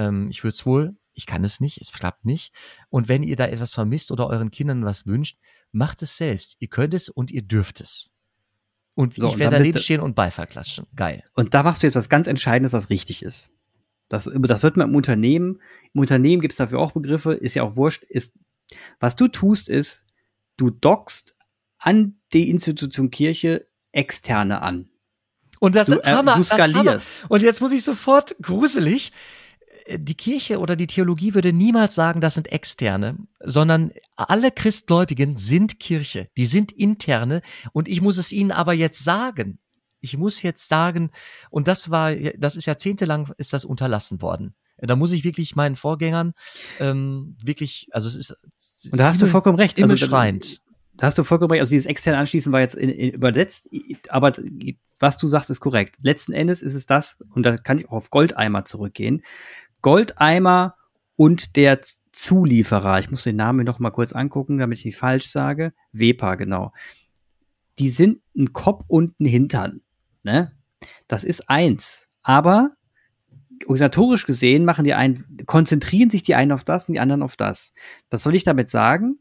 Ich kann es nicht, es klappt nicht. Und wenn ihr da etwas vermisst oder euren Kindern was wünscht, macht es selbst. Ihr könnt es und ihr dürft es. Und ich werde daneben stehen und Beifall klatschen. Geil. Und da machst du jetzt was ganz Entscheidendes, was richtig ist. Das wird man im Unternehmen gibt es dafür auch Begriffe, ist ja auch wurscht, was du tust ist, du dockst an die Institution Kirche Externe an. Und das ist Hammer. Du skalierst. Und jetzt muss ich sofort, gruselig, die Kirche oder die Theologie würde niemals sagen, das sind Externe, sondern alle Christgläubigen sind Kirche, die sind Interne und ich muss es ihnen aber jetzt sagen. Ich muss jetzt sagen, und das ist jahrzehntelang ist das unterlassen worden. Da muss ich wirklich meinen Vorgängern wirklich, also es ist und da hast du vollkommen recht. Immer schreiend. Da hast du vollkommen recht. Also dieses externe Anschließen war jetzt übersetzt, aber was du sagst, ist korrekt. Letzten Endes ist es das, und da kann ich auch auf Goldeimer zurückgehen. Goldeimer und der Zulieferer, ich muss den Namen noch mal kurz angucken, damit ich nicht falsch sage, Wepa, genau. Die sind ein Kopf und ein Hintern, ne? Das ist eins, aber organisatorisch gesehen konzentrieren sich die einen auf das und die anderen auf das. Was soll ich damit sagen?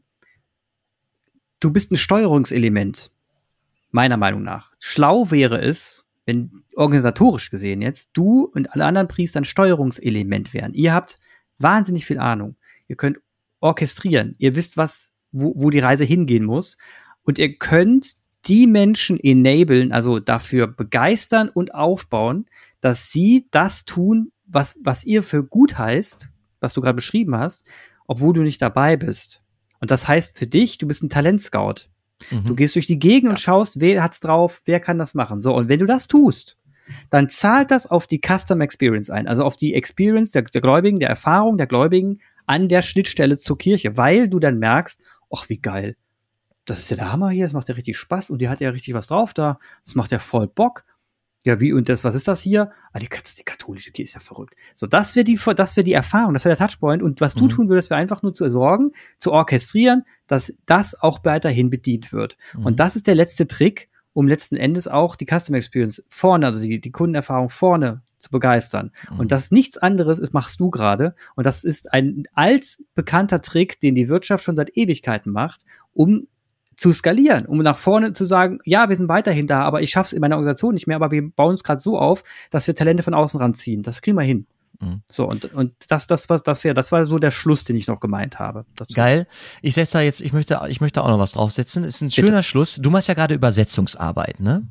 Du bist ein Steuerungselement, meiner Meinung nach. Schlau wäre es, wenn organisatorisch gesehen jetzt du und alle anderen Priester ein Steuerungselement wären. Ihr habt wahnsinnig viel Ahnung. Ihr könnt orchestrieren. Ihr wisst, wo die Reise hingehen muss. Und ihr könnt die Menschen enablen, also dafür begeistern und aufbauen, dass sie das tun, was ihr für gut heißt, was du gerade beschrieben hast, obwohl du nicht dabei bist. Und das heißt für dich, du bist ein Talentscout. Du gehst durch die Gegend und schaust, wer hat's drauf, wer kann das machen. So, und wenn du das tust, dann zahlt das auf die Custom Experience ein, also auf die Experience der Gläubigen, der Erfahrung der Gläubigen an der Schnittstelle zur Kirche, weil du dann merkst, ach, wie geil, das ist ja der Hammer hier, das macht ja richtig Spaß und die hat ja richtig was drauf da, das macht ja voll Bock. Ja, was ist das hier? Die katholische Kirche ist ja verrückt. So, das wäre die Erfahrung, das wäre der Touchpoint. Und was du tun würdest, wäre einfach nur zu sorgen, zu orchestrieren, dass das auch weiterhin bedient wird. Und das ist der letzte Trick, um letzten Endes auch die Customer Experience vorne, also die Kundenerfahrung vorne zu begeistern. Und das ist nichts anderes, das machst du gerade. Und das ist ein altbekannter Trick, den die Wirtschaft schon seit Ewigkeiten macht, um zu skalieren, um nach vorne zu sagen, ja, wir sind weiterhin da, aber ich schaff's in meiner Organisation nicht mehr, aber wir bauen es gerade so auf, dass wir Talente von außen ranziehen. Das kriegen wir hin. So, und das war so der Schluss, den ich noch gemeint habe. Dazu. Geil. Ich möchte auch noch was draufsetzen. Ist ein schöner Schluss. Du machst ja gerade Übersetzungsarbeit, ne?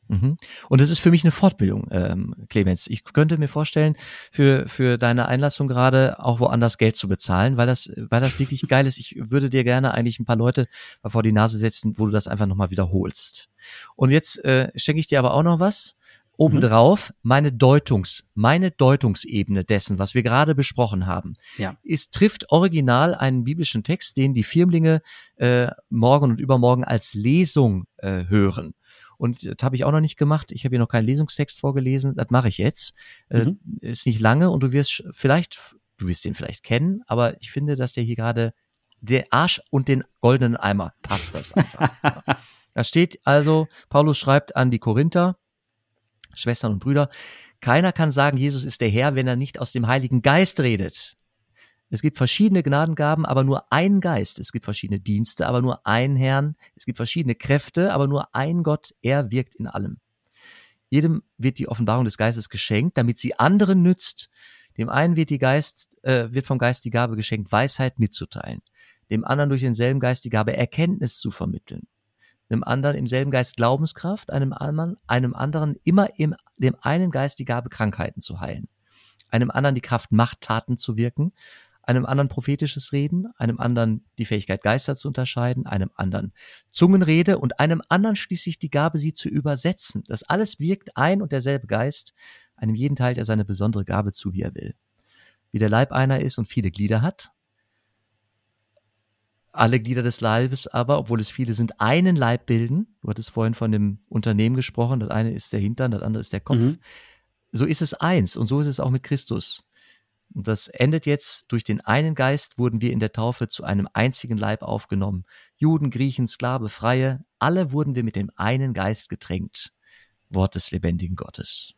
Und das ist für mich eine Fortbildung, Clemens. Ich könnte mir vorstellen, für deine Einlassung gerade auch woanders Geld zu bezahlen, weil das wirklich geil ist. Ich würde dir gerne eigentlich ein paar Leute vor die Nase setzen, wo du das einfach nochmal wiederholst. Und jetzt schenke ich dir aber auch noch was. Obendrauf meine Deutungsebene dessen, was wir gerade besprochen haben, trifft original einen biblischen Text, den die Firmlinge morgen und übermorgen als Lesung hören. Und das habe ich auch noch nicht gemacht. Ich habe hier noch keinen Lesungstext vorgelesen. Das mache ich jetzt. Ist nicht lange und du wirst den vielleicht kennen, aber ich finde, dass der hier gerade der Arsch und den goldenen Eimer passt das einfach. Da steht also, Paulus schreibt an die Korinther, Schwestern und Brüder, keiner kann sagen, Jesus ist der Herr, wenn er nicht aus dem Heiligen Geist redet. Es gibt verschiedene Gnadengaben, aber nur ein Geist. Es gibt verschiedene Dienste, aber nur einen Herrn. Es gibt verschiedene Kräfte, aber nur ein Gott. Er wirkt in allem. Jedem wird die Offenbarung des Geistes geschenkt, damit sie anderen nützt. Dem einen wird vom Geist die Gabe geschenkt, Weisheit mitzuteilen. Dem anderen durch denselben Geist die Gabe, Erkenntnis zu vermitteln. Einem anderen im selben Geist Glaubenskraft, einem anderen immer dem einen Geist die Gabe, Krankheiten zu heilen. Einem anderen die Kraft, Machttaten zu wirken, einem anderen prophetisches Reden, einem anderen die Fähigkeit, Geister zu unterscheiden, einem anderen Zungenrede und einem anderen schließlich die Gabe, sie zu übersetzen. Das alles wirkt ein und derselbe Geist, einem jeden teilt er seine besondere Gabe zu, wie er will. Wie der Leib einer ist und viele Glieder hat, alle Glieder des Leibes aber, obwohl es viele sind, einen Leib bilden. Du hattest vorhin von dem Unternehmen gesprochen, das eine ist der Hintern, das andere ist der Kopf. So ist es eins und so ist es auch mit Christus. Und das endet jetzt, durch den einen Geist wurden wir in der Taufe zu einem einzigen Leib aufgenommen. Juden, Griechen, Sklave, Freie, alle wurden wir mit dem einen Geist getränkt. Wort des lebendigen Gottes.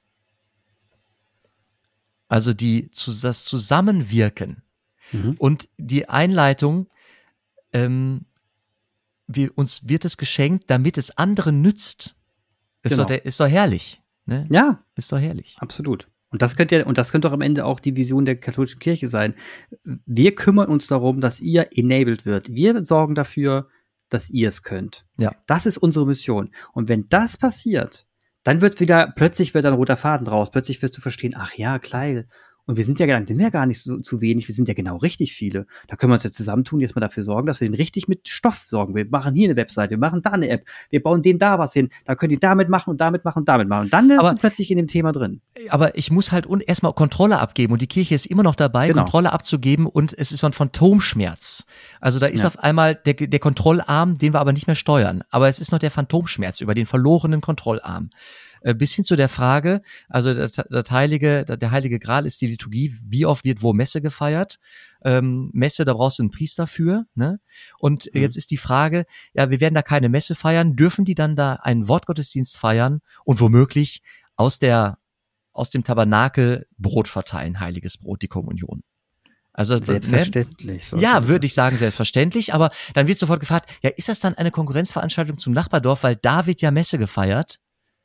Also das Zusammenwirken und die Einleitung, uns wird es geschenkt, damit es anderen nützt. Ist doch herrlich. Ne? Ja. Ist doch herrlich. Absolut. Und das könnte doch am Ende auch die Vision der katholischen Kirche sein. Wir kümmern uns darum, dass ihr enabled wird. Wir sorgen dafür, dass ihr es könnt. Ja. Das ist unsere Mission. Und wenn das passiert, dann plötzlich wird ein roter Faden draus. Plötzlich wirst du verstehen, ach ja, klar. Und sind ja gar nicht so zu wenig, wir sind ja genau richtig viele. Da können wir uns jetzt zusammentun, jetzt mal dafür sorgen, dass wir den richtig mit Stoff sorgen. Wir machen hier eine Webseite, wir machen da eine App, wir bauen denen da was hin, da können die damit machen und damit machen und damit machen. Und dann sind wir plötzlich in dem Thema drin. Aber ich muss halt erstmal Kontrolle abgeben und die Kirche ist immer noch dabei, Kontrolle abzugeben und es ist so ein Phantomschmerz. Also da ist auf einmal der Kontrollarm, den wir aber nicht mehr steuern. Aber es ist noch der Phantomschmerz über den verlorenen Kontrollarm. Bis hin zu der Frage, also der Heilige Gral ist die Liturgie, wie oft wird wo Messe gefeiert? Messe, da brauchst du einen Priester für, ne? Und jetzt ist die Frage, ja, wir werden da keine Messe feiern, dürfen die dann da einen Wortgottesdienst feiern und womöglich aus dem Tabernakel Brot verteilen, heiliges Brot, die Kommunion? Also selbstverständlich. Ja, würde ich sagen, selbstverständlich, aber dann wird sofort gefragt, ja, ist das dann eine Konkurrenzveranstaltung zum Nachbardorf, weil da wird ja Messe gefeiert?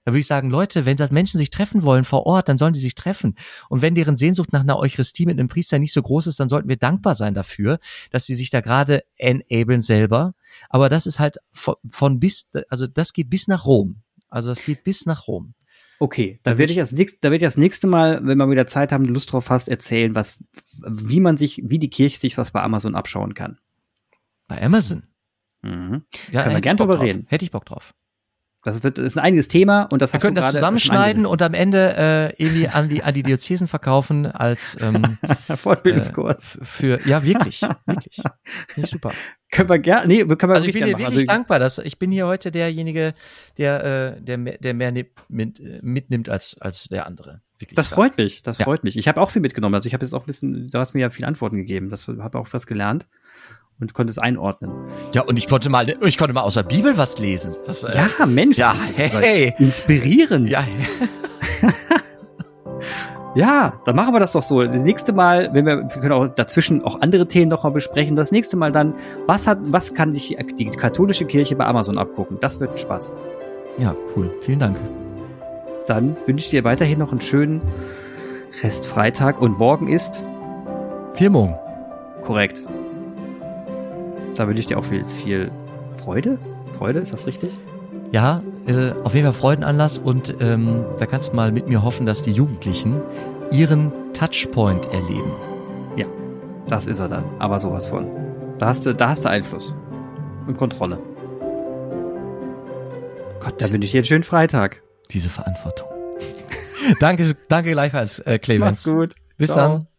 Da würde ich sagen, Leute, wenn das Menschen sich treffen wollen vor Ort, dann sollen die sich treffen. Und wenn deren Sehnsucht nach einer Eucharistie mit einem Priester nicht so groß ist, dann sollten wir dankbar sein dafür, dass sie sich da gerade enablen selber. Aber das ist halt also das geht bis nach Rom. Also das geht bis nach Rom. Okay, da werde ich das nächste Mal, wenn wir wieder Zeit haben, Lust drauf hast, erzählen, wie die Kirche sich was bei Amazon abschauen kann. Bei Amazon? Mhm. Ja, können wir gerne drüber reden. Hätte ich Bock drauf. Das ist ein einiges Thema und das wir können das zusammenschneiden und am Ende irgendwie an die Diözesen verkaufen als Fortbildungskurs. Ja, wirklich. Nicht super. Können wir gerne, also ich bin dir wirklich dankbar, dass ich bin hier heute derjenige, der mehr mitnimmt als der andere. Wirklich das freut mich, freut mich. Ich habe auch viel mitgenommen. Also ich habe jetzt auch ein bisschen, du hast mir ja viele Antworten gegeben. Das habe auch was gelernt. Und konnte es einordnen. Ja, und ich konnte mal aus der Bibel was lesen. Ja, Mensch. Ja, hey. Inspirierend. Ja. Ja, dann machen wir das doch so. Das nächste Mal, wir können auch dazwischen auch andere Themen noch mal besprechen. Das nächste Mal dann, was kann sich die katholische Kirche bei Amazon abgucken? Das wird ein Spaß. Ja, cool. Vielen Dank. Dann wünsche ich dir weiterhin noch einen schönen Restfreitag und morgen ist 4 Morgen. Korrekt. Da wünsche ich dir auch viel Freude. Freude, ist das richtig? Ja, auf jeden Fall Freudenanlass und da kannst du mal mit mir hoffen, dass die Jugendlichen ihren Touchpoint erleben. Ja, das ist er dann. Aber sowas von. Da hast du Einfluss und Kontrolle. Gott, da wünsche ich dir einen schönen Freitag. Diese Verantwortung. Danke gleichfalls, Clemens. Mach's gut. Bis dann.